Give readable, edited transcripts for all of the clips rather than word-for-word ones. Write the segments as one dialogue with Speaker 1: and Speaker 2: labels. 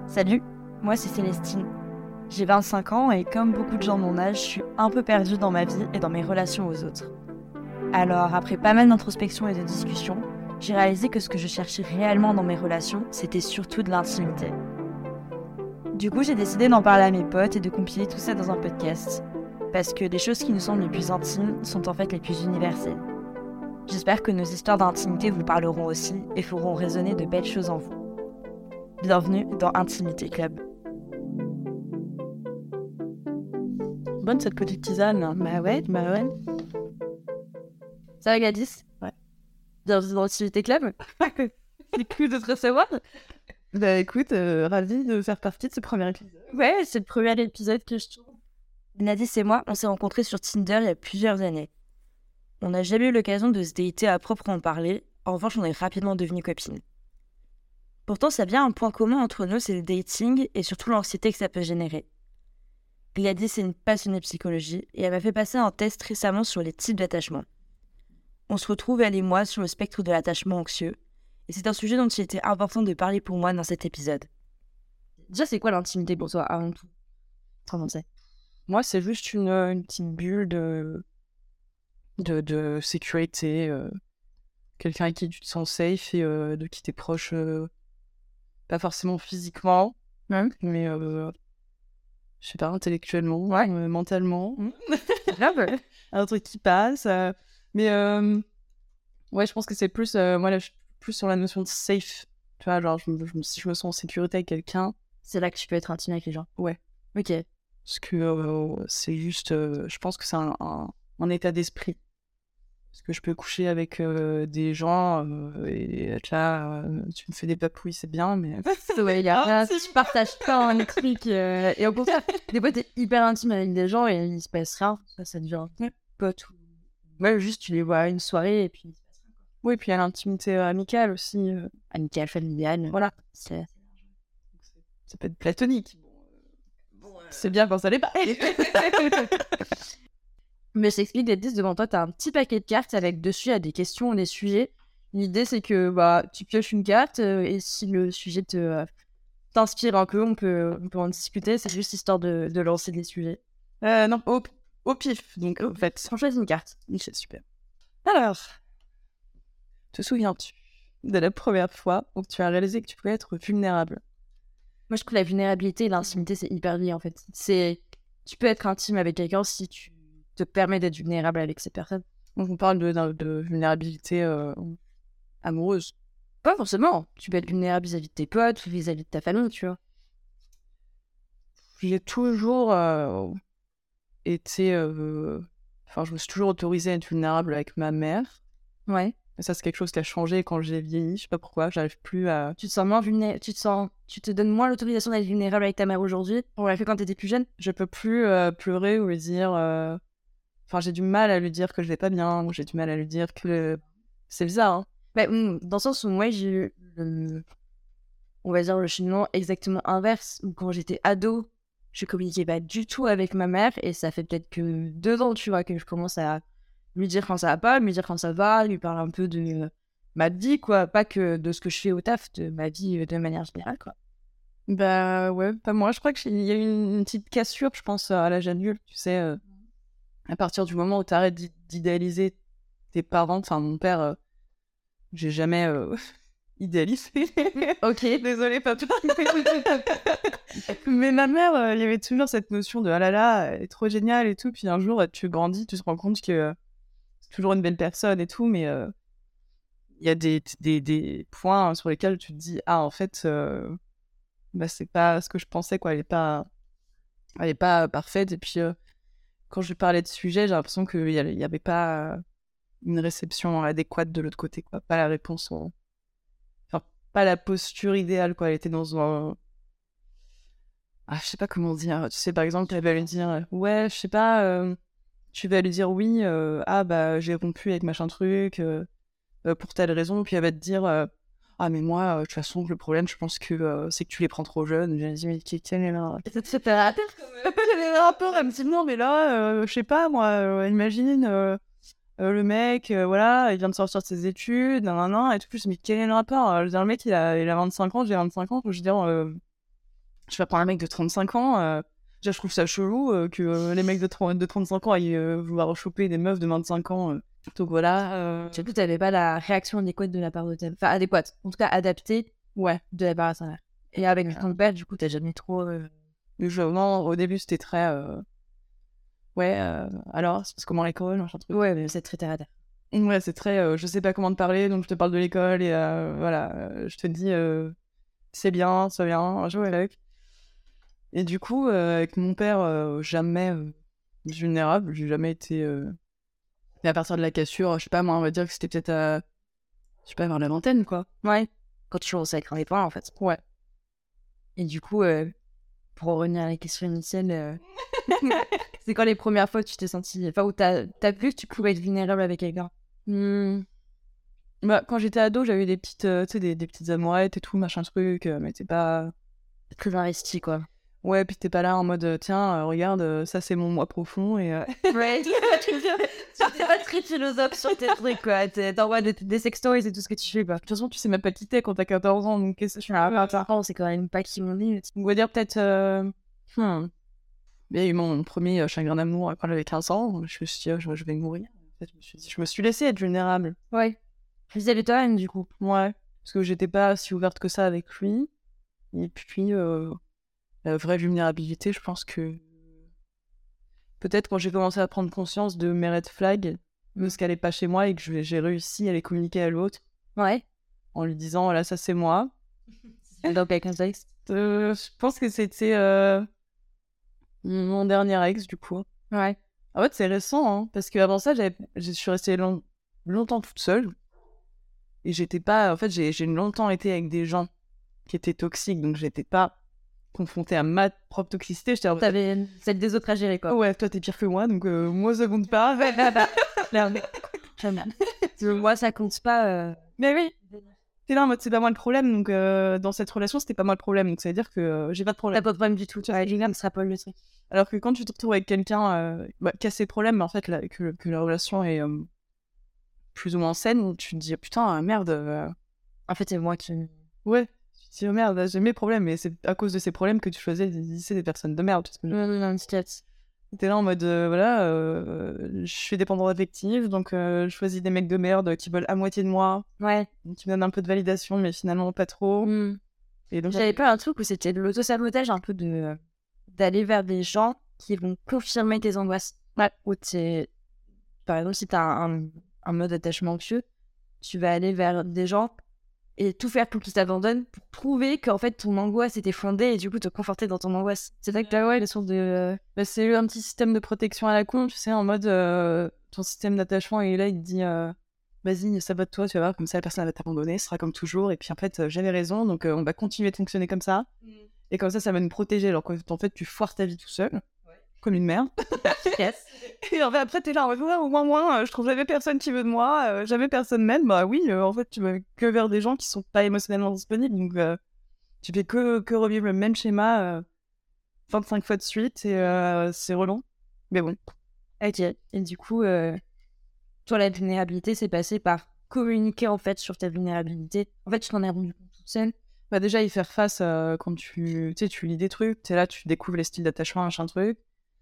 Speaker 1: Salut, moi c'est Célestine. J'ai 25 ans et comme beaucoup de gens de mon âge, je suis un peu perdue dans ma vie et dans mes relations aux autres. Alors, après pas mal d'introspection et de discussion, j'ai réalisé que ce que je cherchais réellement dans mes relations, c'était surtout de l'intimité. Du coup, j'ai décidé d'en parler à mes potes et de compiler tout ça dans un podcast. Parce que les choses qui nous semblent les plus intimes sont en fait les plus universelles. J'espère que nos histoires d'intimité vous parleront aussi et feront résonner de belles choses en vous. Bienvenue dans Intimité Club.
Speaker 2: Bonne cette petite tisane.
Speaker 1: Bah ouais. Ça va Gladys?
Speaker 2: Ouais.
Speaker 1: Bienvenue dans Intimité Club. C'est cool de te recevoir.
Speaker 2: Bah écoute, ravie de faire partie de ce premier épisode.
Speaker 1: Ouais, c'est le premier épisode que je tourne. Gladys et moi, on s'est rencontrés sur Tinder il y a plusieurs années. On n'a jamais eu l'occasion de se dater à proprement parler. En revanche, on est rapidement devenues copines. Pourtant, ça a bien un point commun entre nous, c'est le dating et surtout l'anxiété que ça peut générer. Gladys est une passionnée de psychologie et elle m'a fait passer un test récemment sur les types d'attachement. On se retrouve, elle et moi, sur le spectre de l'attachement anxieux et c'est un sujet dont il était important de parler pour moi dans cet épisode. Déjà, c'est quoi l'intimité pour toi avant tout? Comment c'est?
Speaker 2: Moi, c'est juste une petite bulle de sécurité. Quelqu'un avec qui tu te sens safe et de qui t'es proche, pas forcément physiquement, mais je sais pas, intellectuellement, mentalement.
Speaker 1: Grave.
Speaker 2: Un truc qui passe. Mais ouais, je pense que c'est plus, moi là, je suis plus sur la notion de safe. Tu vois, genre, si je me sens en sécurité avec quelqu'un.
Speaker 1: C'est là que tu peux être intime avec les gens.
Speaker 2: Ouais.
Speaker 1: Ok.
Speaker 2: Parce que c'est juste, je pense que c'est un état d'esprit. Parce que je peux coucher avec des gens et être là, tu me fais des papouilles, c'est bien, mais...
Speaker 1: Ouais, tu partages pas un truc. Et au contraire, des fois, t'es hyper intime avec des gens et il se passe rien. Ça devient pote. Ouais, juste tu les vois à une soirée et puis il se passe rien.
Speaker 2: Oui, puis il y a l'intimité amicale aussi.
Speaker 1: Amicale, familiale.
Speaker 2: Voilà. Ça peut être platonique. C'est bien quand ça l'est pas.
Speaker 1: Mais je t'explique, Gladys, devant toi, t'as un petit paquet de cartes avec dessus, il y a des questions, des sujets. L'idée, c'est que tu pioches une carte et si le sujet t'inspire un peu, on peut en discuter. C'est juste histoire de lancer des sujets.
Speaker 2: Non, au pif. Donc, en fait,
Speaker 1: on choisit une carte.
Speaker 2: C'est super. Alors, te souviens-tu de la première fois où tu as réalisé que tu pouvais être vulnérable?
Speaker 1: Moi, je trouve la vulnérabilité et l'intimité, c'est hyper lié, en fait. Tu peux être intime avec quelqu'un si tu te permets d'être vulnérable avec cette personne.
Speaker 2: Donc, on parle de vulnérabilité amoureuse.
Speaker 1: Pas forcément. Tu peux être vulnérable vis-à-vis de tes potes, vis-à-vis de ta famille, tu vois.
Speaker 2: J'ai toujours été... Enfin, je me suis toujours autorisée à être vulnérable avec ma mère.
Speaker 1: Ouais.
Speaker 2: Et ça, c'est quelque chose qui a changé quand j'ai vieilli. Je sais pas pourquoi, j'arrive plus à...
Speaker 1: Tu te sens moins vulnérable, tu te donnes moins l'autorisation d'être vulnérable avec ta mère aujourd'hui qu'on l'a fait quand t'étais plus jeune.
Speaker 2: Je peux plus pleurer ou lui dire... Enfin, j'ai du mal à lui dire que je vais pas bien, ou j'ai du mal à lui dire que... C'est bizarre, hein.
Speaker 1: Dans le sens où moi, j'ai eu on va dire le cheminement exactement inverse, où quand j'étais ado, je communiquais pas du tout avec ma mère, et ça fait peut-être que 2 ans, tu vois, que je commence à lui dire quand ça va pas, lui dire quand ça va, lui parler un peu de ma vie, quoi, pas que de ce que je fais au taf, de ma vie de manière générale, quoi.
Speaker 2: Bah ouais, pas moi. Je crois qu'il y a eu une petite cassure, je pense, à l'âge adulte, tu sais, à partir du moment où tu arrêtes d'idéaliser tes parents, enfin mon père, j'ai jamais idéalisé.
Speaker 1: Ok.
Speaker 2: Désolée, papa. Mais ma mère, il y avait toujours cette notion de « ah là là, elle est trop géniale et tout », puis un jour, tu grandis, tu te rends compte que c'est toujours une belle personne et tout, mais il y a des points sur lesquels tu te dis « ah, en fait, c'est pas ce que je pensais, quoi, elle est pas parfaite », et puis quand je lui parlais de sujet, j'ai l'impression qu'il y avait pas une réception adéquate de l'autre côté, quoi, pas la réponse, enfin, pas la posture idéale, quoi, elle était dans un... Ah, je sais pas comment dire. Tu sais, par exemple, tu vas lui dire ouais, je sais pas, tu vas lui dire oui, j'ai rompu avec machin truc pour telle raison, puis elle va te dire ah, mais moi, de toute façon, le problème, je pense que c'est que tu les prends trop jeunes. J'ai dit, mais quel est là?
Speaker 1: C'était un rapport
Speaker 2: elle me dit non, mais là, je sais pas, moi, imagine le mec, voilà, il vient de sortir de ses études, et tout plus, mais quel est le rapport? Je veux dire, le mec, il a 25 ans, j'ai 25 ans, je veux dire, je vais prendre un mec de 35 ans. Déjà, je trouve ça chelou que les mecs de 35 ans aillent vouloir choper des meufs de 25 ans. Donc voilà.
Speaker 1: Surtout, t'avais pas la réaction adéquate de la part de ta... Enfin, adéquate. En tout cas, adaptée
Speaker 2: Ouais.
Speaker 1: de la part de sa mère. Et avec ton père, du coup, t'as jamais trop...
Speaker 2: Non, au début, c'était très... Ouais, alors, ça se passe comment l'école, machin truc.
Speaker 1: Ouais, mais c'est très terre à terre.
Speaker 2: Ouais, c'est très... je sais pas comment te parler, donc je te parle de l'école et voilà, je te dis c'est bien, jouer avec. Et du coup, avec mon père, jamais vulnérable, j'ai jamais été... Et à partir de la cassure, je sais pas, moi, on va dire que c'était peut-être je sais pas, vers la vingtaine, quoi.
Speaker 1: Ouais. Quand tu commences à écrire les points, en fait.
Speaker 2: Ouais.
Speaker 1: Et du coup, pour revenir à la question initiale, c'est quand les premières fois que tu t'es sentie... Enfin, où t'as vu que tu pouvais être vulnérable avec quelqu'un?
Speaker 2: Bah, quand j'étais ado, j'avais des petites, tu sais, des petites amourettes et tout, machin truc, mais t'es pas...
Speaker 1: Très investi, quoi.
Speaker 2: Ouais, puis t'es pas là en mode, tiens, regarde, ça c'est mon moi profond, et...
Speaker 1: Ouais, t'es pas très philosophe sur tes trucs, quoi. T'envoies des sextoys et tout ce que tu fais, quoi.
Speaker 2: De toute façon, tu sais même pas qui t'es quand t'as 14 ans, donc qu'est-ce que je suis là,
Speaker 1: C'est quand même pas qui m'ont dit.
Speaker 2: on va dire peut-être... Il y a eu mon premier chagrin d'amour quand j'avais 15 ans, je me suis dit, je vais mourir. En fait, je me suis laissée être vulnérable.
Speaker 1: Ouais. Vis-à-vis de toi-même, du coup.
Speaker 2: Ouais, parce que j'étais pas si ouverte que ça avec lui. Et puis, la vraie vulnérabilité, je pense que... Peut-être quand j'ai commencé à prendre conscience de mes red flags, de ce qui allait pas chez moi, et que j'ai réussi à les communiquer à l'autre.
Speaker 1: Ouais.
Speaker 2: En lui disant, voilà, ça c'est moi.
Speaker 1: Dans quel contexte?
Speaker 2: Je pense que c'était mon dernier ex, du coup.
Speaker 1: Ouais.
Speaker 2: En fait, c'est récent, hein, parce qu'avant ça, je suis restée longtemps toute seule. Et j'étais pas... En fait, j'ai longtemps été avec des gens qui étaient toxiques, donc j'étais pas confrontée à ma propre toxicité.
Speaker 1: T'avais celle des autres à gérer, quoi.
Speaker 2: Ouais, toi, t'es pire que moi, donc moi, ça compte pas.
Speaker 1: Jamais. Moi, ça compte pas.
Speaker 2: Mais oui, t'es là en mode, c'est pas moi le problème, donc dans cette relation, c'était pas moi le problème, donc ça veut dire que j'ai pas de problème.
Speaker 1: T'as pas de problème du tout. Ouais, ce sera pas le truc.
Speaker 2: Alors que quand tu te retrouves avec quelqu'un qui a ses problèmes, mais en fait, que la relation est plus ou moins saine, tu te dis, putain, merde.
Speaker 1: En fait, c'est moi qui...
Speaker 2: Ouais, tu te dis, oh merde, j'ai mes problèmes, mais c'est à cause de ces problèmes que tu choisissais des personnes de merde.
Speaker 1: Non,
Speaker 2: T'es là en mode, voilà, je suis dépendante affective, donc je choisis des mecs de merde qui veulent à moitié de moi,
Speaker 1: ouais,
Speaker 2: qui me donnent un peu de validation, mais finalement pas trop.
Speaker 1: Et donc, j'avais pas un truc où c'était de l'auto-sabotage, un peu d'aller vers des gens qui vont confirmer tes angoisses. Ouais. Où par exemple, si t'as un mode attachement anxieux, tu vas aller vers des gens et tout faire pour qu'ils t'abandonnent pour prouver qu'en fait ton angoisse était fondée et du coup te conforter dans ton angoisse. C'est ça que t'as, ouais, le sens de...
Speaker 2: c'est un petit système de protection à la con, tu sais, en mode ton système d'attachement est là, il te dit vas-y, sabote-toi, tu vas voir, comme ça la personne va t'abandonner, ce sera comme toujours, et puis en fait j'avais raison, donc on va continuer de fonctionner comme ça, et comme ça va nous protéger, alors qu'en fait tu foires ta vie tout seul, comme une merde.
Speaker 1: Yes.
Speaker 2: Et en fait, après, t'es là, en mode, au moins, je trouve jamais personne qui veut de moi, jamais personne m'aide. Bah oui, en fait, tu vas que vers des gens qui sont pas émotionnellement disponibles. Donc, tu fais que revivre le même schéma 25 fois de suite et c'est relou. Mais bon.
Speaker 1: Ok. Et du coup, toi, la vulnérabilité, c'est passé par communiquer, en fait, sur ta vulnérabilité. En fait, tu t'en es rendu compte toute seule.
Speaker 2: Bah déjà, y faire face quand tu lis des trucs. T'es là, tu découvres les styles d'attachement, machin truc.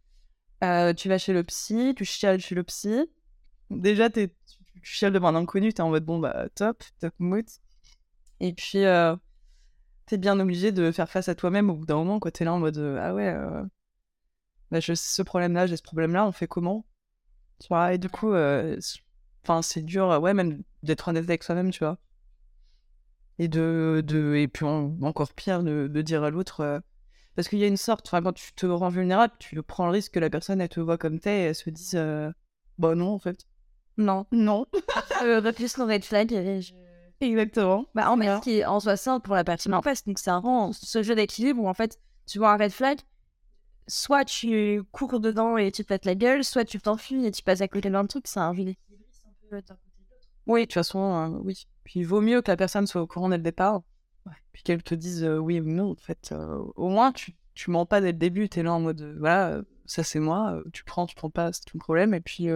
Speaker 2: Tu vas chez le psy, tu chiales chez le psy. Déjà, tu chiales devant un inconnu, t'es en mode bon, bah top mood. Et puis, t'es bien obligé de faire face à toi-même au bout d'un moment, quand t'es là en mode ah ouais, bah, ce problème-là, j'ai ce problème-là, on fait comment? Tu vois, et du coup, c'est dur, ouais, même d'être honnête avec soi-même, tu vois. Et et puis encore pire, de dire à l'autre. Parce qu'il y a une sorte, quand tu te rends vulnérable, tu prends le risque que la personne, elle te voit comme t'es et elle se dise bah non, en fait.
Speaker 1: Non. Plus nos red flags.
Speaker 2: Exactement.
Speaker 1: Bah, en fait, qui est en soi simple pour la personne en face. Donc, c'est vraiment ce jeu d'équilibre où, en fait, tu vois un red flag, soit tu cours dedans et tu te pètes la gueule, soit tu t'enfuis et tu passes à côté d'un truc. C'est un jeu d'équilibre.
Speaker 2: Oui, de toute façon, oui. Puis il vaut mieux que la personne soit au courant dès le départ. Ouais. Puis qu'elle te dise oui ou non, en fait. Au moins, tu mens pas dès le début. T'es là en mode, voilà, ça c'est moi. Tu prends pas, c'est ton problème. Et puis...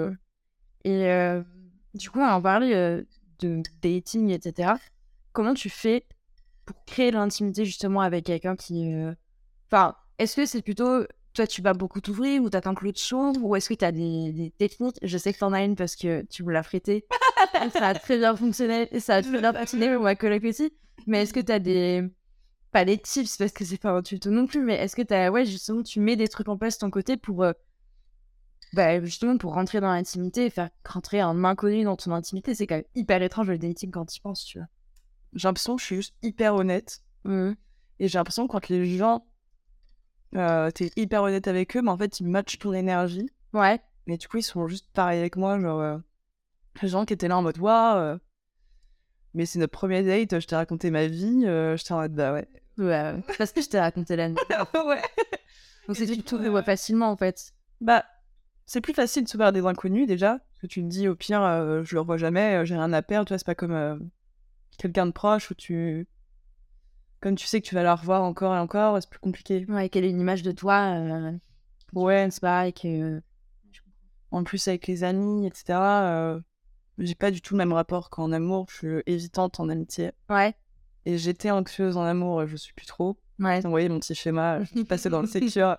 Speaker 1: du coup, on parlait de dating, etc. Comment tu fais pour créer l'intimité, justement, avec quelqu'un qui... Enfin, est-ce que c'est plutôt... Toi, tu vas beaucoup t'ouvrir ou t'attends que l'autre s'ouvre ou est-ce que t'as des techniques? Je sais que t'en as une parce que tu me l'as prêté. Ça a très bien fonctionné. Ça a très bien fonctionné pour ma coloc aussi. Mais est-ce que t'as des... Pas des tips parce que c'est pas un tuto non plus, mais est-ce que t'as... Ouais, justement, tu mets des trucs en place de ton côté pour... justement, pour rentrer dans l'intimité et faire rentrer un inconnu dans ton intimité. C'est quand même hyper étrange le dating quand tu y penses, tu vois.
Speaker 2: J'ai l'impression que je suis juste hyper honnête. Et j'ai l'impression que quand les gens... t'es hyper honnête avec eux, mais en fait, ils matchent ton énergie.
Speaker 1: Ouais.
Speaker 2: Mais du coup, ils sont juste pareils avec moi. Genre, les gens qui étaient là en mode, waouh, mais c'est notre premier date, je t'ai raconté ma vie. J'étais en mode, bah ouais.
Speaker 1: Ouais, parce que je t'ai raconté la nuit.
Speaker 2: Ouais.
Speaker 1: Donc c'est tu te vois facilement, en fait.
Speaker 2: Bah, c'est plus facile de se faire des inconnus, déjà. Parce que tu te dis, au pire, je le revois jamais, j'ai rien à perdre. Tu vois, c'est pas comme quelqu'un de proche où comme tu sais que tu vas la revoir encore et encore, c'est plus compliqué.
Speaker 1: Ouais, quelle est une image de toi
Speaker 2: Ouais,
Speaker 1: c'est pareil que...
Speaker 2: en plus avec les amis, etc., j'ai pas du tout le même rapport qu'en amour. Je suis évitante en amitié.
Speaker 1: Ouais.
Speaker 2: Et j'étais anxieuse en amour, je suis plus trop.
Speaker 1: Ouais.
Speaker 2: Vous voyez mon petit schéma, je suis passée dans le sécure.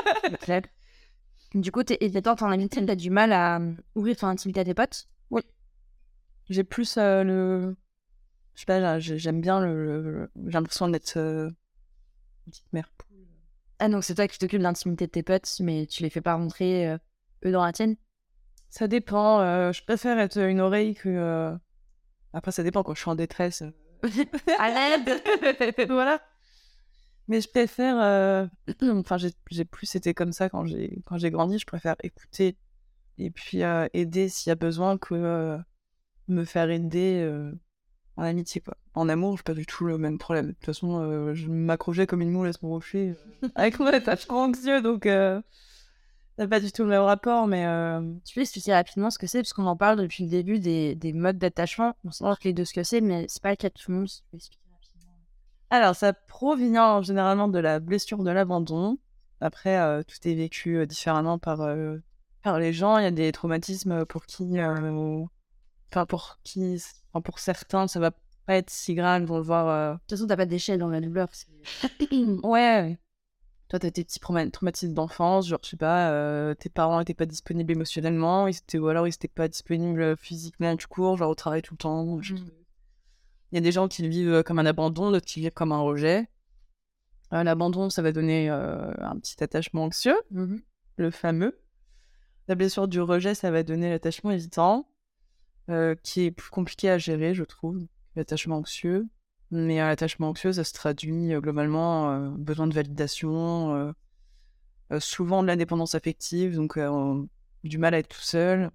Speaker 1: Du coup, t'es évidente en amitié, t'as du mal à ouvrir ton intimité à tes potes?
Speaker 2: Oui. J'ai plus le... Je sais pas, j'aime bien j'ai l'impression d'être une petite mère poule.
Speaker 1: Ah, donc c'est toi qui t'occupes de l'intimité de tes potes, mais tu les fais pas rentrer eux dans la tienne?
Speaker 2: Ça dépend, je préfère être une oreille que... Après, ça dépend quand je suis en détresse.
Speaker 1: À l'aide.
Speaker 2: Voilà. Mais je préfère... Enfin, j'ai plus été comme ça quand j'ai grandi. Je préfère écouter et puis aider s'il y a besoin que me faire aider en amitié, quoi. En amour, j'ai pas du tout le même problème. De toute façon, je m'accrochais comme une moule à mon rocher avec mon attachement anxieux, donc t'as pas du tout le même rapport, mais...
Speaker 1: Tu peux expliquer rapidement ce que c'est, parce qu'on en parle depuis le début des modes d'attachement. On sait les deux ce que c'est, mais c'est pas le cas de tout le monde. Si tu peux expliquer rapidement.
Speaker 2: Alors, ça provient généralement de la blessure de l'abandon. Après, tout est vécu différemment par les gens. Il y a des traumatismes pour qui... pour certains, ça va pas être si grave, ils vont le voir...
Speaker 1: De toute façon, t'as pas d'échelle dans la douleur.
Speaker 2: Ouais. Toi, t'as tes petits traumatismes d'enfance, genre, je sais pas, tes parents étaient pas disponibles émotionnellement, ou alors ils étaient pas disponibles physiquement du cours, genre au travail tout le temps. Il y a des gens qui le vivent comme un abandon, d'autres qui le vivent comme un rejet. L'abandon, ça va donner un petit attachement anxieux, le fameux. La blessure du rejet, ça va donner l'attachement évitant, qui est plus compliqué à gérer, je trouve, l'attachement anxieux. Mais l'attachement anxieux, ça se traduit globalement besoin de validation, souvent de l'indépendance affective, donc du mal à être tout seul,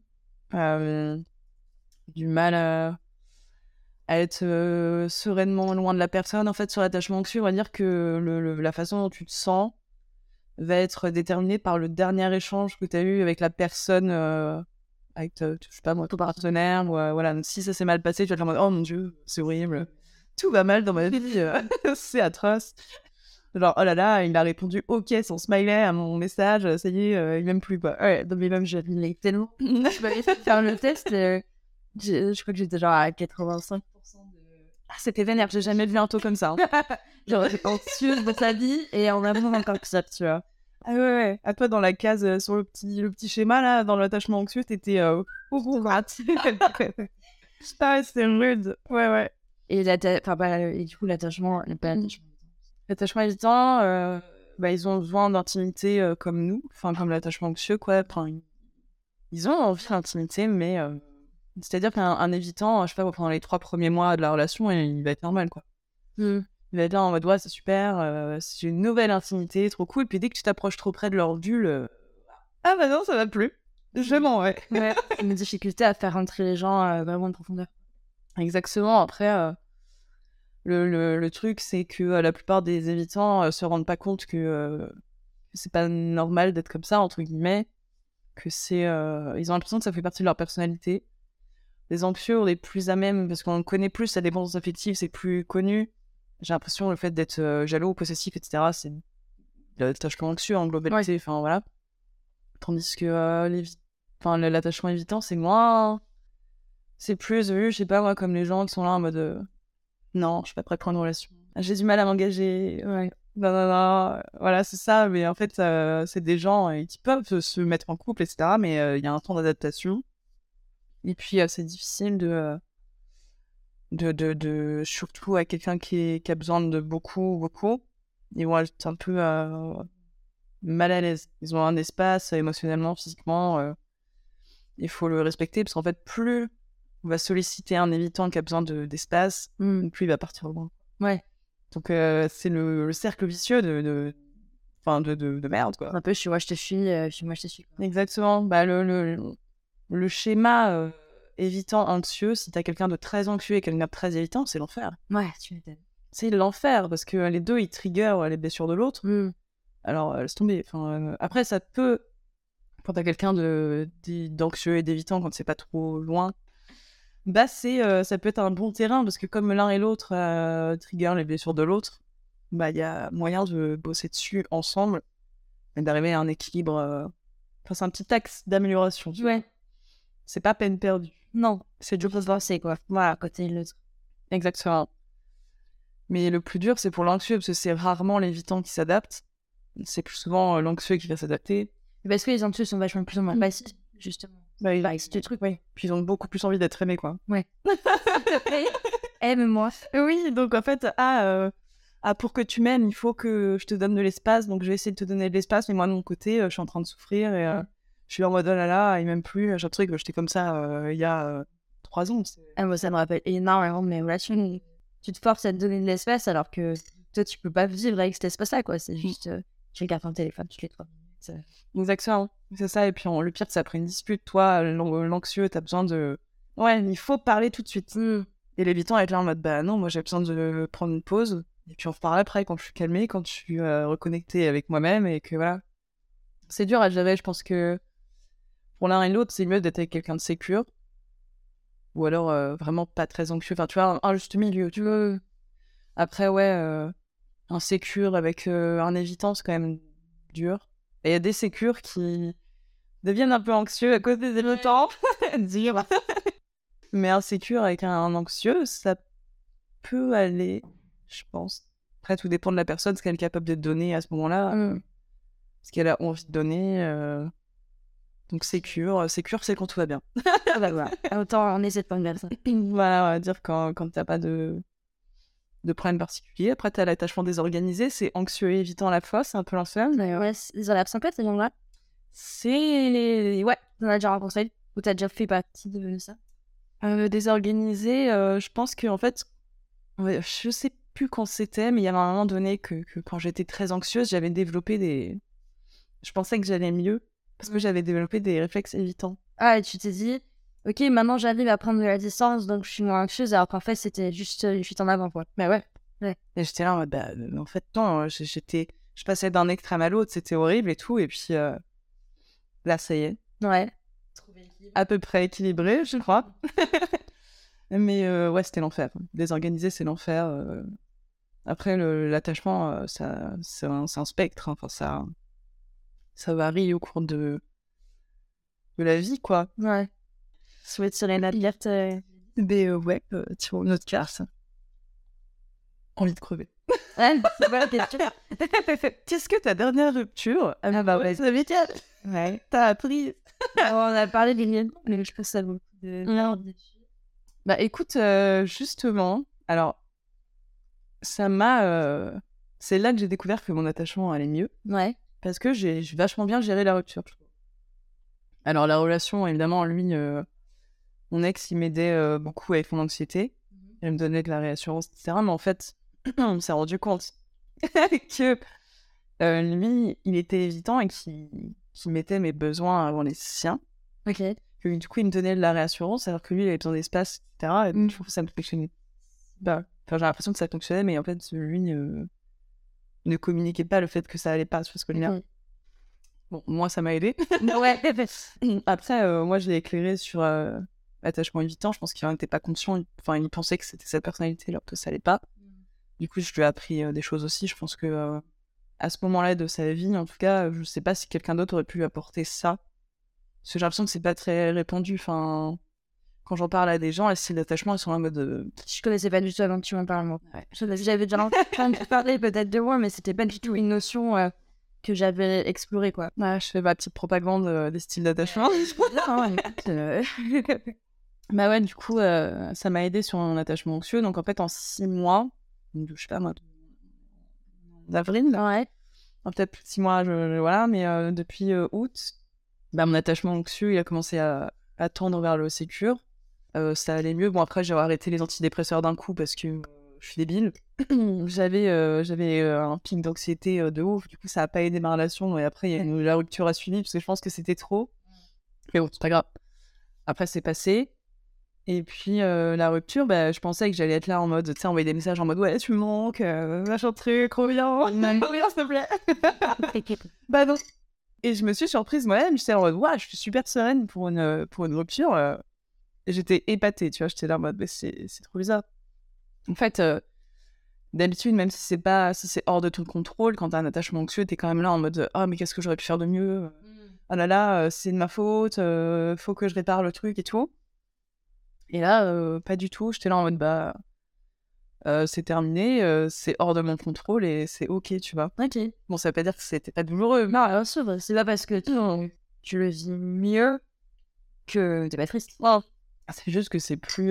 Speaker 2: du mal à être sereinement loin de la personne. En fait, sur l'attachement anxieux, on va dire que la façon dont tu te sens va être déterminée par le dernier échange que tu as eu avec la personne, avec, je sais pas moi, ton partenaire. Ou, voilà. Donc, si ça s'est mal passé, tu vas te dire en mode, oh mon Dieu, c'est horrible. Tout va mal dans ma vie, c'est atroce. Genre, oh là là, il a répondu OK, son smiley à mon message, ça y est, il m'aime plus, quoi. Ouais, donc, mais même, je l'ai tellement.
Speaker 1: Je m'avais fait faire le test, je crois que j'étais genre à 85%.
Speaker 2: Ah, c'était vénère, j'ai jamais vu un taux comme ça. Hein.
Speaker 1: Genre, anxieuse de sa vie et en amour encore que ça, tu vois.
Speaker 2: Ah ouais. À toi, dans la case, sur le petit schéma, là, dans l'attachement anxieux, t'étais au bout, quoi. Ah, c'était rude. Ouais.
Speaker 1: Et, et du coup, l'attachement...
Speaker 2: L'attachement évitant, ils ont besoin d'intimité comme nous, enfin, comme l'attachement anxieux, quoi. Enfin, ils ont envie d'intimité, mais... C'est-à-dire qu'un évitant, je sais pas, pendant les 3 premiers mois de la relation, il va être normal, quoi. Il va être là en mode, ouais, c'est super, c'est une nouvelle intimité, trop cool. Puis dès que tu t'approches trop près de leur bulle, ah bah non, ça va plus. Je m'en vais.
Speaker 1: Ouais, une difficulté à faire rentrer les gens vraiment de profondeur.
Speaker 2: Exactement. Après, le truc, c'est que la plupart des évitants se rendent pas compte que c'est pas normal d'être comme ça, entre guillemets, que c'est... ils ont l'impression que ça fait partie de leur personnalité. Les anxieux, on est plus à même, parce qu'on connaît plus la dépendance affective, c'est plus connu. J'ai l'impression le fait d'être jaloux, possessif, etc., c'est l'attachement anxieux en globalité, enfin voilà. Tandis que l'attachement évitant, c'est moins... C'est plus vu, je sais pas moi, comme les gens qui sont là en mode non, je suis pas prête pour une relation. J'ai du mal à m'engager, ouais. non, non, non, voilà, c'est ça. Mais en fait, c'est des gens qui peuvent se mettre en couple, etc. Mais il y a un temps d'adaptation. Et puis, c'est difficile surtout à quelqu'un qui a besoin de beaucoup, beaucoup. Ils vont être un peu mal à l'aise. Ils ont un espace émotionnellement, physiquement. Il faut le respecter parce qu'en fait, plus on va solliciter un évitant qui a besoin d'espace, plus il va partir loin.
Speaker 1: Ouais.
Speaker 2: Donc, c'est le cercle vicieux de merde, quoi.
Speaker 1: Un peu, je suis moi, je te suis, moi, je te suis. Quoi.
Speaker 2: Exactement. Bah, le schéma évitant anxieux, si t'as quelqu'un de très anxieux et quelqu'un de très évitant, c'est l'enfer.
Speaker 1: Ouais, tu m'étonnes.
Speaker 2: C'est l'enfer parce que les deux, ils triggerent les blessures de l'autre. Alors, laisse tomber. Après, ça peut, quand t'as quelqu'un d'anxieux et d'évitant, quand c'est pas trop loin, bah ça peut être un bon terrain parce que comme l'un et l'autre triggerent les blessures de l'autre, bah il y a moyen de bosser dessus ensemble et d'arriver à un équilibre. C'est un petit axe d'amélioration.
Speaker 1: Ouais.
Speaker 2: C'est pas peine perdue.
Speaker 1: Non, c'est dur de se lancer, quoi. Voilà, côté l'autre.
Speaker 2: Exactement. Mais le plus dur, c'est pour l'anxieux, parce que c'est rarement l'évitant qui s'adapte. C'est plus souvent l'anxieux qui va s'adapter.
Speaker 1: Parce que les anxieux sont vachement plus ou moins passifs, justement.
Speaker 2: Bah,
Speaker 1: c'est des trucs, ouais.
Speaker 2: Puis ils ont beaucoup plus envie d'être aimés, quoi.
Speaker 1: Ouais. Aime-moi.
Speaker 2: Oui, donc en fait, pour que tu m'aimes, il faut que je te donne de l'espace. Donc je vais essayer de te donner de l'espace, mais moi de mon côté, je suis en train de souffrir et je suis en mode oh là là, il m'aime plus. J'ai l'impression que j'étais comme ça il y a 3 ans.
Speaker 1: Moi, ça me rappelle énormément de mes relations. Tu te forces à te donner de l'espace alors que toi, tu peux pas vivre avec cet espace-là, quoi. C'est juste, tu regardes ton téléphone toutes les 3 minutes.
Speaker 2: Exactement, c'est ça. Et puis le pire, c'est après une dispute, toi, l'anxieux, t'as besoin de. Ouais, il faut parler tout de suite. Et l'évitant est là en mode bah non, moi j'ai besoin de prendre une pause. Et puis on reparle après quand je suis calmée, quand je suis reconnectée avec moi-même et que voilà. C'est dur à gérer, je pense que pour l'un et l'autre, c'est mieux d'être avec quelqu'un de sécure. Ou alors vraiment pas très anxieux. Enfin, tu vois, un juste milieu, tu vois. Après, ouais, un sécure avec un évitant, c'est quand même dur. Et il y a des sécures qui deviennent un peu anxieux à cause des évitants. Dur. Mais un sécure avec un anxieux, ça peut aller, je pense. Après, tout dépend de la personne, ce qu'elle est capable de donner à ce moment-là. Ce qu'elle a envie de donner. Donc, sécure, c'est quand tout va bien.
Speaker 1: Voilà. Autant on essaie de pas me ça.
Speaker 2: Voilà, on va dire quand t'as pas de problème particulier. Après, t'as l'attachement désorganisé, c'est anxieux et évitant à la fois, c'est un peu l'enfer.
Speaker 1: Ouais, ils ont l'air sympas, ces gens-là. Ouais, on a déjà rencontré. Ou t'as déjà fait partie de ça.
Speaker 2: Désorganisé, je pense que en fait, ouais, je sais plus quand c'était, mais il y avait un moment donné que quand j'étais très anxieuse, j'avais développé des. Je pensais que j'allais mieux parce que j'avais développé des réflexes évitants.
Speaker 1: Ah, et tu t'es dit, ok, maintenant j'arrive à prendre de la distance, donc je suis moins anxieuse, alors qu'en fait c'était juste une fuite en avant, quoi.
Speaker 2: Mais ouais. Et j'étais là en mode, bah, en fait, non, je passais d'un extrême à l'autre, c'était horrible et tout, et puis là, ça y est.
Speaker 1: Ouais.
Speaker 2: À peu près équilibré, je crois. Mais ouais, c'était l'enfer. Désorganisé, c'est l'enfer. Après, l'attachement, c'est un spectre. Enfin, ça varie au cours de la vie, quoi.
Speaker 1: Ouais. Souhaite sur la alerte.
Speaker 2: Mais ouais, tu vois, notre carte. Envie de crever.
Speaker 1: Ouais, c'est pas la question.
Speaker 2: Qu'est-ce que ta dernière rupture
Speaker 1: ouais.
Speaker 2: Ça m'étonne.
Speaker 1: Ouais.
Speaker 2: T'as appris.
Speaker 1: On a parlé des liens, mais je pense que ça vaut de...
Speaker 2: Bah écoute, justement, alors, ça m'a... c'est là que j'ai découvert que mon attachement allait mieux.
Speaker 1: Ouais.
Speaker 2: Parce que j'ai vachement bien géré la rupture, je trouve. Alors, la relation, évidemment, lui, mon ex, il m'aidait beaucoup avec mon anxiété. Il me donnait de la réassurance, etc. Mais en fait, on s'est rendu compte que lui, il était évitant et qu'il mettait mes besoins avant les siens.
Speaker 1: Ok.
Speaker 2: Que, du coup, il me donnait de la réassurance alors que lui, il avait besoin d'espace, etc. Et donc, je trouve que ça me fonctionnait. J'ai l'impression que ça fonctionnait, mais en fait, lui ne communiquait pas le fait que ça allait pas sur ce côté-là. Bon, moi, ça m'a aidé.
Speaker 1: Ouais.
Speaker 2: Après, moi, je l'ai éclairé sur l'attachement évitant. Je pense qu'il n'en était pas conscient. Enfin, il pensait que c'était sa personnalité alors que ça allait pas. Du coup, je lui ai appris des choses aussi. Je pense que à ce moment-là de sa vie, en tout cas, je sais pas si quelqu'un d'autre aurait pu lui apporter ça. Parce que j'ai l'impression que c'est pas très répandu. Enfin, quand j'en parle à des gens, les styles d'attachement, ils sont en mode...
Speaker 1: Je connaissais pas du tout avant que tu m'en parles, moi.
Speaker 2: Ouais.
Speaker 1: J'avais déjà entendu parler peut-être de moi, mais c'était pas du tout une notion que j'avais explorée, quoi.
Speaker 2: Ouais, je fais ma petite propagande des styles d'attachement. Bah ouais, du coup, ça m'a aidé sur un attachement anxieux. Donc en fait, en 6 mois, donc, je sais pas moi, d'avril,
Speaker 1: Ouais.
Speaker 2: peut-être plus de 6 mois, voilà, mais depuis août, bah, mon attachement anxieux, il a commencé à tendre vers le sécure. Ça allait mieux. Bon, après, j'ai arrêté les antidépresseurs d'un coup parce que je suis débile. J'avais un pic d'anxiété de ouf. Du coup, ça a pas aidé ma relation. Et après, la rupture a suivi parce que je pense que c'était trop. Mais bon, c'est pas grave. Après, c'est passé. Et puis, la rupture, bah, je pensais que j'allais être là en mode, tu sais, envoyer des messages en mode, ouais, tu me manques, machin truc, reviens, reviens, s'il te plaît. Bah non. Et je me suis surprise moi-même, j'étais en mode, ouais, je suis super sereine pour une rupture. Et j'étais épatée, tu vois, j'étais là en mode, mais c'est trop bizarre. En fait, d'habitude, même si c'est hors de ton contrôle, quand t'as un attachement anxieux, t'es quand même là en mode, oh, mais qu'est-ce que j'aurais pu faire de mieux? Ah là là, c'est de ma faute, faut que je répare le truc et tout. Et là, pas du tout, j'étais là en mode, bah, c'est terminé, c'est hors de mon contrôle et c'est ok, tu vois.
Speaker 1: Ok.
Speaker 2: Bon, ça veut pas dire que c'était pas douloureux.
Speaker 1: Non, bien sûr, c'est pas parce que tu le vis mieux que t'es pas triste.
Speaker 2: Non. C'est juste que c'est plus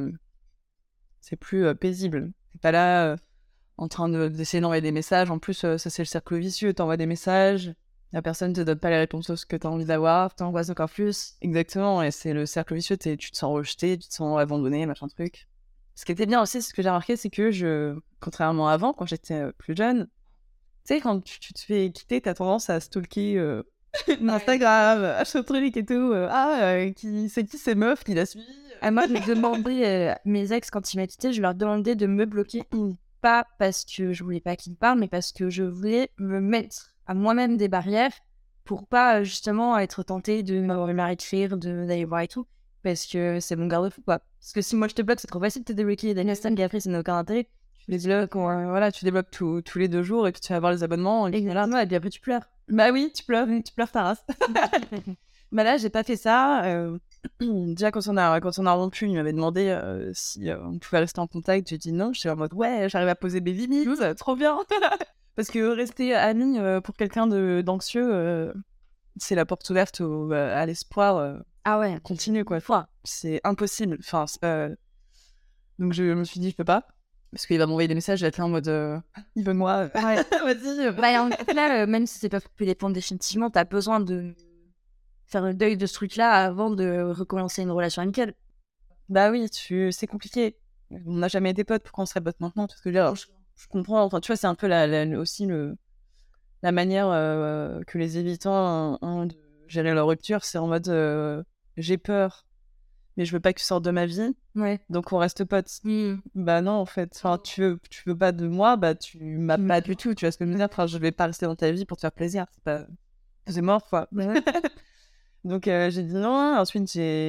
Speaker 2: paisible. T'es pas là en train d'essayer d'envoyer des messages. En plus, ça c'est le cercle vicieux. T'envoies des messages, la personne te donne pas les réponses que t'as envie d'avoir, t'angoisses encore plus. Exactement, et c'est le cercle vicieux. Tu te sens rejeté, tu te sens abandonné, machin truc. Ce qui était bien aussi, ce que j'ai remarqué, c'est que contrairement à avant, quand j'étais plus jeune, tu sais, quand tu te fais quitter, t'as tendance à stalker Instagram, acheter truc et tout. C'est qui ces meufs qui la suivent?
Speaker 1: Moi, je demandais mes ex, quand ils m'ont quitté, je leur demandais de me bloquer. Pas parce que je voulais pas qu'ils me parlent, mais parce que je voulais me mettre à moi-même des barrières pour pas justement être tentée de m'écrire, d'aller voir et tout. Parce que c'est mon garde-fou, quoi. Parce que si moi je te bloque, c'est trop facile de te débloquer Daniel Stan, et après, ça n'a aucun intérêt. Tu les bloques,
Speaker 2: voilà, tu débloques tous les 2 jours et puis tu vas avoir les abonnements.
Speaker 1: Et voilà, et puis après, tu pleures.
Speaker 2: Bah oui, tu pleures ta race. Bah là, j'ai pas fait ça. Déjà, quand on a rompu, il m'avait demandé si on pouvait rester en contact. J'ai dit non. J'étais en mode, ouais, j'arrive à poser mes limites, trop bien. Parce que rester ami pour quelqu'un d'anxieux, c'est la porte ouverte à l'espoir.
Speaker 1: Ah ouais,
Speaker 2: continue, quoi. C'est impossible. Enfin, c'est pas... Donc, je me suis dit, je peux pas. Parce qu'il va m'envoyer des messages, je vais être là en mode il veut moi.
Speaker 1: Ouais.
Speaker 2: Vas-y.
Speaker 1: Bah, en fait, là, même si c'est pas pour dépendre définitivement, t'as besoin de faire le deuil de ce truc-là avant de recommencer une relation amicale.
Speaker 2: Bah oui, c'est compliqué. On n'a jamais été potes, pourquoi on serait potes maintenant? Parce que là, je comprends. Enfin, tu vois, c'est un peu aussi la manière que les évitants ont de gérer leur rupture. C'est en mode j'ai peur, mais je veux pas que tu sortes de ma vie.
Speaker 1: Ouais.
Speaker 2: Donc on reste potes. Bah non, en fait. Enfin, tu veux pas de moi, bah tu m'as pas du tout. Tu vois ce que je veux dire? Enfin, je vais pas rester dans ta vie pour te faire plaisir. C'est mort, quoi. Donc j'ai dit non. Ensuite,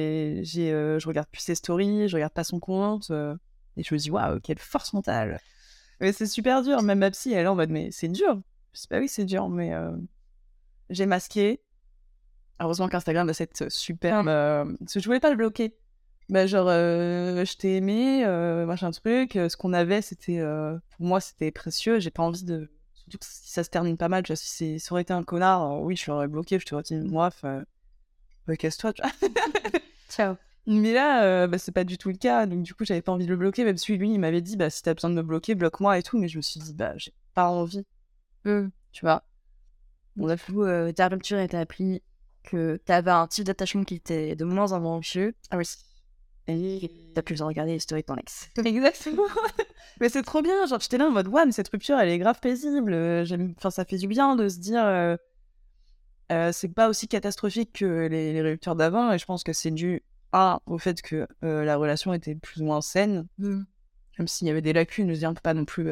Speaker 2: je regarde plus ses stories, je regarde pas son compte. Et je me dis, waouh, quelle force mentale. Mais c'est super dur. Même ma psy, elle est en mode, mais c'est dur. Je sais pas, oui, c'est dur, mais j'ai masqué. Heureusement qu'Instagram a cette superbe... parce que je voulais pas le bloquer. Bah genre, je t'ai aimé, machin truc. Ce qu'on avait, c'était... pour moi, c'était précieux. J'ai pas envie de... Surtout que si ça se termine pas mal, tu vois, si ça aurait été un connard, oui, je l'aurais bloqué, je t'aurais dit, moi, casse-toi, tu vois.
Speaker 1: Ciao.
Speaker 2: Mais là, c'est pas du tout le cas. Donc du coup, j'avais pas envie de le bloquer, même si lui, il m'avait dit, bah si t'as besoin de me bloquer, bloque-moi et tout. Mais je me suis dit, bah j'ai pas envie. Tu vois.
Speaker 1: Bon, du coup, ta rupture, elle t'a appris que t'avais un type d'attachement qui était de moins en moins anxieux.
Speaker 2: Ah oui.
Speaker 1: Et t'as plus besoin de regarder les stories de ton ex.
Speaker 2: Exactement. Mais c'est trop bien. Genre, j'étais là en mode, ouais, mais cette rupture, elle est grave paisible. Enfin, ça fait du bien de se dire, c'est pas aussi catastrophique que les ruptures d'avant. Et je pense que c'est dû, au fait que la relation était plus ou moins saine. Même s'il y avait des lacunes, je veux dire, on peut pas non plus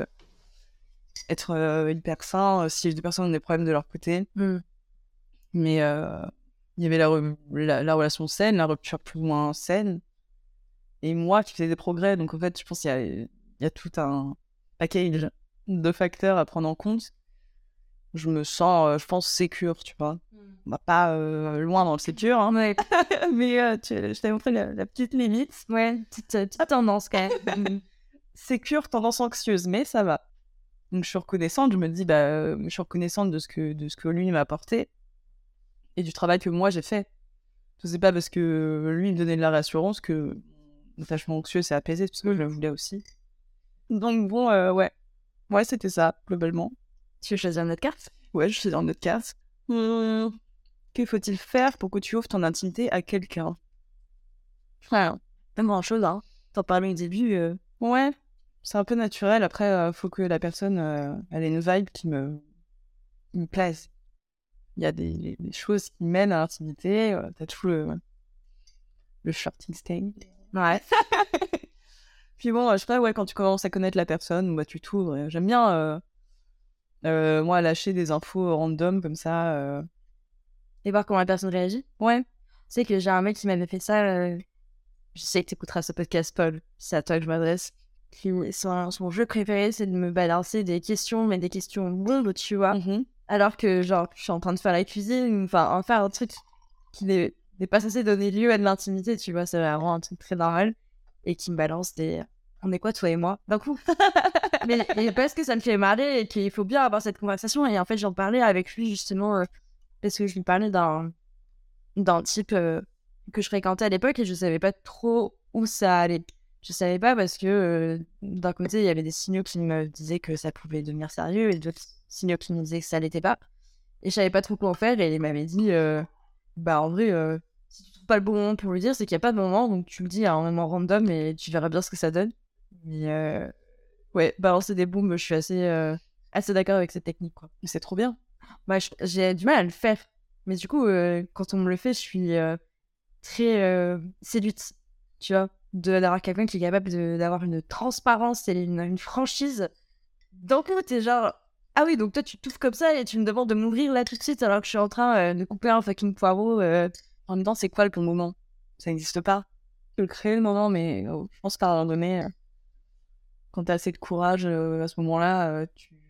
Speaker 2: être hyper sain si les deux personnes ont des problèmes de leur côté. Mais il y avait la relation saine, la rupture plus ou moins saine. Et moi qui faisais des progrès, donc en fait, je pense qu'il y a tout un package de facteurs à prendre en compte. je me sens, je pense, sécure, tu vois. On va pas loin dans le sécure, hein.
Speaker 1: Ouais,
Speaker 2: Mais je t'avais montré la petite limite.
Speaker 1: ouais, petite tendance quand même.
Speaker 2: Sécure, tendance anxieuse, mais ça va. Donc je suis reconnaissante, je me dis, je suis reconnaissante de ce que lui m'a apporté et du travail que moi j'ai fait. Ce n'est pas parce que lui me donnait de la réassurance que mon attachement anxieux s'est apaisé, parce que je le voulais aussi. Donc bon, ouais. Ouais, c'était ça, globalement.
Speaker 1: Tu veux choisir notre carte?
Speaker 2: Ouais, je suis dans notre carte. Que faut-il faire pour que tu ouvres ton intimité à quelqu'un?
Speaker 1: Ouais, pas grand-chose, hein. T'en parlais au début.
Speaker 2: Ouais, c'est un peu naturel. Après, faut que la personne elle ait une vibe qui me plaise. Il y a des choses qui mènent à l'intimité. T'as tout le flirting stage.
Speaker 1: Ouais.
Speaker 2: Puis bon, je sais pas, ouais, quand tu commences à connaître la personne, bah, tu t'ouvres. J'aime bien, moi, lâcher des infos random comme ça.
Speaker 1: Et voir comment la personne réagit.
Speaker 2: Ouais.
Speaker 1: Tu sais que j'ai un mec qui m'avait fait ça. Je sais que t'écouteras ce podcast, Paul. C'est à toi que je m'adresse. Son jeu préféré, c'est de me balancer des questions, mais des questions bombes, tu vois. Alors que, genre, je suis en train de faire la cuisine, enfin, en faire un truc qui n'est pas censé donner lieu à de l'intimité, tu vois. C'est vraiment un truc très normal. Et qui me balance des... On est quoi, toi et moi, d'un coup? mais parce que ça me fait marrer et qu'il faut bien avoir cette conversation. Et en fait, j'en parlais avec lui, justement, parce que je lui parlais d'un type que je fréquentais à l'époque et je savais pas trop où ça allait. Je savais pas parce que d'un côté, il y avait des signaux qui me disaient que ça pouvait devenir sérieux et d'autres signaux qui me disaient que ça l'était pas. Et je savais pas trop quoi en faire et il m'avait dit en vrai, si tu trouves pas le bon moment pour le dire, c'est qu'il y a pas de moment, donc tu le dis à un moment random et tu verras bien ce que ça donne. Mais ouais, balancer des booms, je suis assez d'accord avec cette technique, quoi.
Speaker 2: Mais c'est trop bien.
Speaker 1: Bah, j'ai du mal à le faire. Mais du coup, quand on me le fait, je suis très séduite, tu vois, d'avoir quelqu'un qui est capable d'avoir une transparence et une franchise. Donc, t'es genre, ah oui, donc toi, tu touffes comme ça et tu me demandes de m'ouvrir là tout de suite alors que je suis en train de couper un fucking poireau.
Speaker 2: En même temps, c'est quoi le bon moment? Ça n'existe pas. Tu peux le créer le moment, mais je pense qu'à un moment donné, quand t'as assez de courage, à ce moment-là,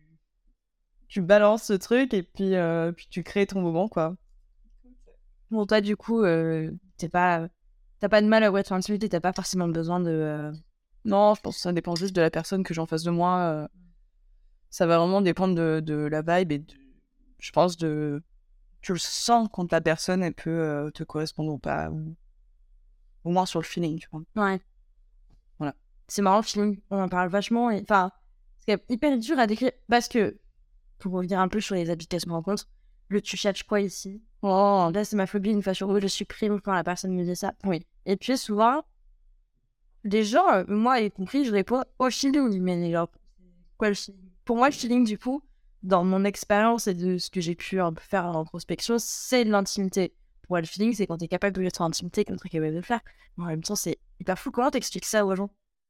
Speaker 2: tu balances ce truc et puis tu crées ton moment, quoi.
Speaker 1: Bon, toi, du coup, t'as pas de mal à ouvrir ton intimité, t'as pas forcément besoin de...
Speaker 2: Non, je pense que ça dépend juste de la personne que j'ai en face de moi. Ça va vraiment dépendre de la vibe et je pense tu le sens quand la personne elle peut te correspondre ou pas, ou au moins sur le feeling, tu vois.
Speaker 1: Ouais.
Speaker 2: Voilà.
Speaker 1: C'est marrant, le feeling, on en parle vachement. Enfin, c'est hyper dur à décrire parce que, pour revenir un peu sur les applications de rencontre, le tu cherches quoi ici? Oh, là, c'est ma phobie, une fois sur deux, je supprime quand la personne me dit ça. Oui. Et puis, souvent, les gens, moi y compris, je réponds au feeling, mais genre, quoi le feeling? Pour moi, le feeling, du coup, dans mon expérience et de ce que j'ai pu un peu faire en introspection, c'est de l'intimité. Pour moi, le feeling, c'est quand t'es capable de vivre ton intimité comme t'es capable de le faire. Mais en même temps, c'est hyper fou. Comment t'expliques ça aux gens?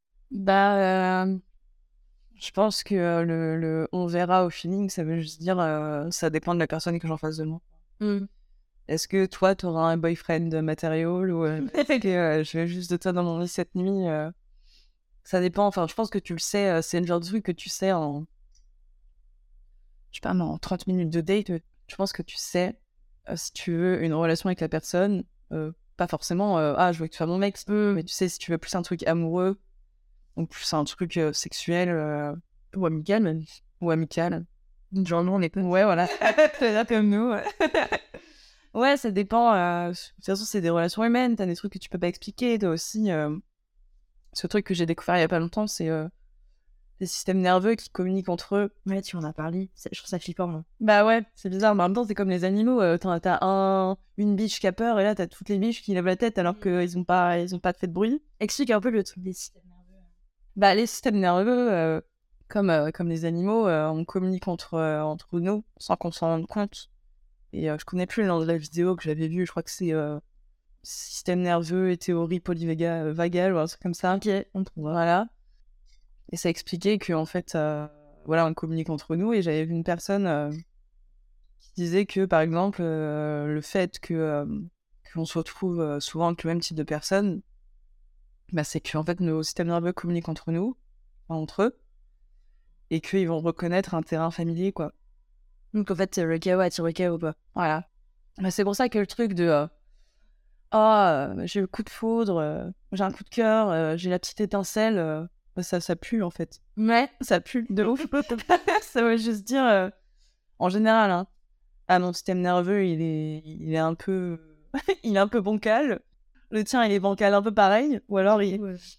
Speaker 2: Je pense que le on verra au feeling, ça veut juste dire ça dépend de la personne que j'ai en face de moi. Est-ce que toi, tu auras un boyfriend matériel ou est-ce que je vais juste de toi dans mon lit cette nuit Ça dépend. Enfin, je pense que tu le sais. C'est le genre de truc que tu sais je sais pas, mais en 30 minutes de date. Je pense que tu sais si tu veux une relation avec la personne. Pas forcément, je veux que tu sois mon mec. Mais tu sais, si tu veux plus un truc amoureux, donc plus un truc sexuel ou amical même. Ou amical.
Speaker 1: Genre, nous, on est pas...
Speaker 2: Ouais, voilà. C'est là comme nous. Ouais, ça dépend. De toute façon, c'est des relations humaines. T'as des trucs que tu peux pas expliquer. T'as aussi ce truc que j'ai découvert il y a pas longtemps, c'est les systèmes nerveux qui communiquent entre eux.
Speaker 1: Ouais, tu en as parlé. Je trouve ça flippant, moi.
Speaker 2: Bah ouais, c'est bizarre. Mais en même temps, c'est comme les animaux. T'as une biche qui a peur et là, t'as toutes les biches qui lèvent la tête alors qu'ils ont pas fait de bruit.
Speaker 1: Explique un peu le truc des systèmes nerveux.
Speaker 2: Bah, les systèmes nerveux, comme les animaux, on communique entre nous sans qu'on s'en rende compte. Et je connais plus le nom de la vidéo que j'avais vue. Je crois que c'est système nerveux et théorie polyvagale ou un truc comme ça.
Speaker 1: Ok.
Speaker 2: Voilà. Et ça expliquait qu'en fait, voilà, on communique entre nous. Et j'avais vu une personne qui disait que, par exemple, le fait qu'on se retrouve souvent avec le même type de personne, bah, c'est qu'en fait, nos systèmes nerveux communiquent entre nous, enfin, entre eux, et qu'ils vont reconnaître un terrain familier, quoi.
Speaker 1: Donc en fait, le chaos attire le chaos, quoi.
Speaker 2: Voilà. Mais c'est pour ça que le truc de j'ai le coup de foudre, j'ai un coup de cœur, j'ai la petite étincelle, ça pue en fait.
Speaker 1: Ouais.
Speaker 2: Ça pue de ouf. Ça veut juste dire, en général, hein, mon système nerveux, il est un peu, il est un peu bancal. Le tien, il est bancal un peu pareil. Ou alors, il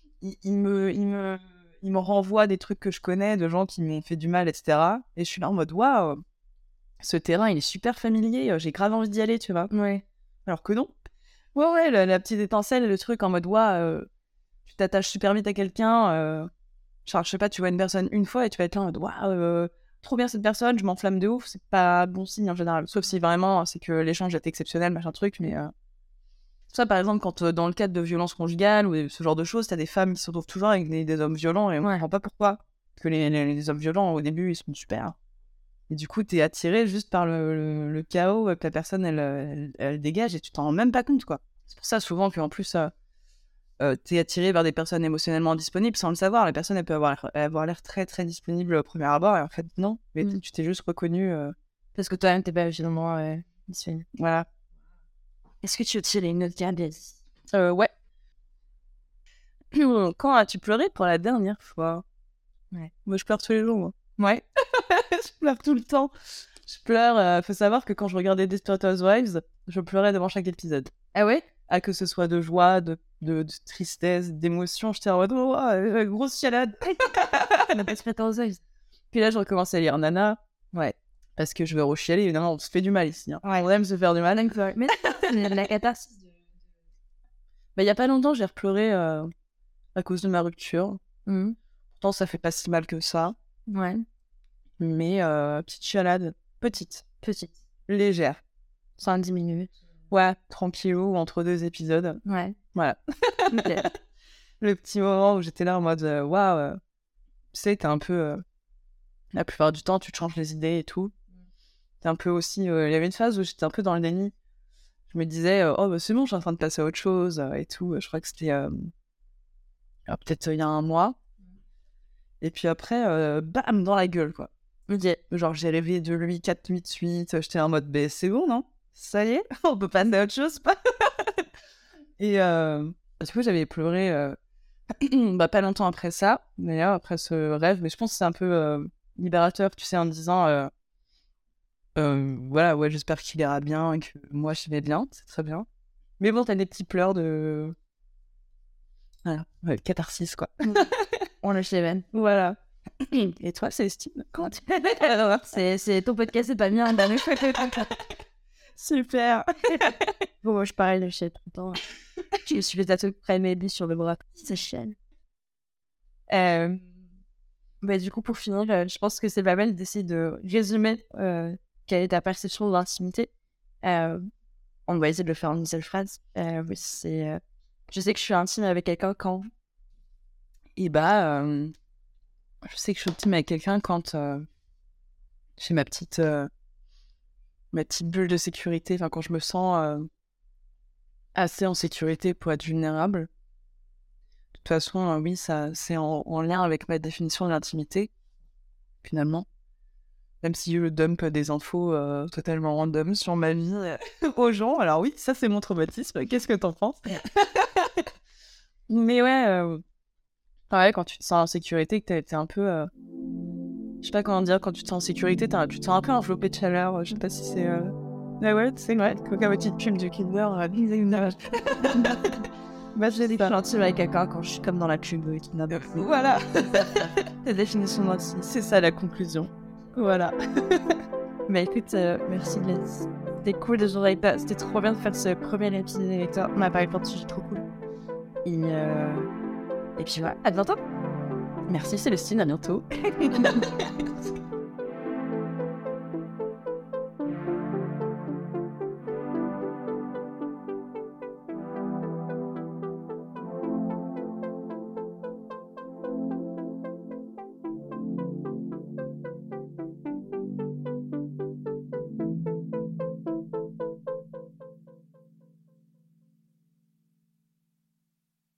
Speaker 2: me renvoie des trucs que je connais, de gens qui m'ont fait du mal, etc. Et je suis là en mode, waouh, ce terrain, il est super familier, j'ai grave envie d'y aller, tu vois.
Speaker 1: Ouais.
Speaker 2: Alors que non. Ouais, la petite étincelle, le truc en mode, waouh, tu t'attaches super vite à quelqu'un, genre, je sais pas, tu vois une personne une fois et tu vas être là en mode, waouh, trop bien cette personne, je m'enflamme de ouf, c'est pas bon signe en général. Sauf si vraiment, c'est que l'échange est exceptionnel, machin truc, mais... Ça, par exemple, quand dans le cadre de violences conjugales ou ce genre de choses, t'as des femmes qui se retrouvent toujours avec des hommes violents et on comprend pas pourquoi. Parce que les hommes violents, au début, ils sont super. Et du coup, t'es attiré juste par le chaos que la personne, elle dégage et tu t'en rends même pas compte, quoi. C'est pour ça, souvent, qu'en plus, t'es attiré vers des personnes émotionnellement disponibles sans le savoir. La personne, elle peut avoir l'air très, très disponible au premier abord et en fait, non. Mais tu t'es juste reconnu...
Speaker 1: Parce que toi-même, t'es pas finalement disponible.
Speaker 2: Voilà.
Speaker 1: Est-ce que tu as tiré une autre carte?
Speaker 2: Ouais. Quand as-tu pleuré pour la dernière fois?
Speaker 1: Ouais.
Speaker 2: Moi, je pleure tous les jours, moi. Ouais. Je pleure tout le temps. Je pleure. Faut savoir que quand je regardais Desperate Housewives, je pleurais devant chaque épisode.
Speaker 1: Ah ouais?
Speaker 2: Ah, que ce soit de joie, de tristesse, d'émotion, j'étais en mode grosse chialade.
Speaker 1: Desperate Housewives.
Speaker 2: Puis là, je recommence à lire Nana. Ouais. Parce que je veux rechialer, évidemment, on se fait du mal ici. Hein. Ouais. On aime se faire du mal.
Speaker 1: Mais la catharsis de...
Speaker 2: Bah, il y a pas longtemps, j'ai repleuré à cause de ma rupture. Pourtant, ça fait pas si mal que ça.
Speaker 1: Ouais.
Speaker 2: Mais petite chialade. Petite. Légère.
Speaker 1: 5-10 minutes.
Speaker 2: Ouais, tranquillou, entre 2 épisodes.
Speaker 1: Ouais.
Speaker 2: Voilà. Okay. Le petit moment où j'étais là en mode waouh, tu sais, t'es un peu... la plupart du temps, tu te changes les idées et tout. T'es un peu aussi... Il y avait une phase où j'étais un peu dans le déni. Je me disais, bah, c'est bon, je suis en train de passer à autre chose et tout. Je crois que c'était peut-être il y a un mois. Et puis après, bam, dans la gueule, quoi. Okay. Genre, j'ai rêvé de lui 4 nuits de suite. J'étais en mode, bah, c'est bon, non? Ça y est, on peut passer à autre chose, pas? Et du coup, j'avais pleuré pas longtemps après ça, d'ailleurs, après ce rêve. Mais je pense que c'est un peu libérateur, tu sais, en me disant... voilà, ouais, j'espère qu'il ira bien et que moi je vais bien, c'est très bien. Mais bon, t'as des petits pleurs de... Voilà, ouais, catharsis, quoi.
Speaker 1: On lâche les veines.
Speaker 2: Voilà. Et toi, Célestine, comment tu
Speaker 1: c'est ton podcast, c'est pas bien.
Speaker 2: Super.
Speaker 1: Bon, moi, je pareil, je sais tout le temps. Je me suis fait tatouer près mes billes sur le bras. Ça chienne. Bah, du coup, pour finir, je pense que c'est pas mal d'essayer de résumer quelle est ta perception de l'intimité. On va essayer de le faire en une seule phrase. Je sais que je suis intime avec quelqu'un quand...
Speaker 2: Et bah, je sais que je suis intime avec quelqu'un quand j'ai ma petite bulle de sécurité, enfin quand je me sens assez en sécurité pour être vulnérable. De toute façon, oui, ça c'est en lien avec ma définition de l'intimité, finalement. Même si je dump des infos totalement random sur ma vie aux gens. Alors oui, ça c'est mon traumatisme. Qu'est-ce que t'en penses? Mais ouais, pareil, quand tu te sens en sécurité, que t'es un peu... je sais pas comment dire, quand tu te sens en sécurité, tu te sens un peu enveloppé de chaleur. Je sais pas si c'est... ouais, c'est vrai, comme la petite pub du Kinder.
Speaker 1: Moi, je suis intime avec quelqu'un quand je suis comme dans la pub.
Speaker 2: Voilà.
Speaker 1: La définition d'intime.
Speaker 2: C'est ça la conclusion. Voilà.
Speaker 1: Bah écoute, merci Gladys. C'était cool de jouer avec toi. C'était trop bien de faire ce premier épisode avec toi. On a parlé plein de sujets trop cool. Et puis voilà, à bientôt.
Speaker 2: Merci Célestine, à bientôt.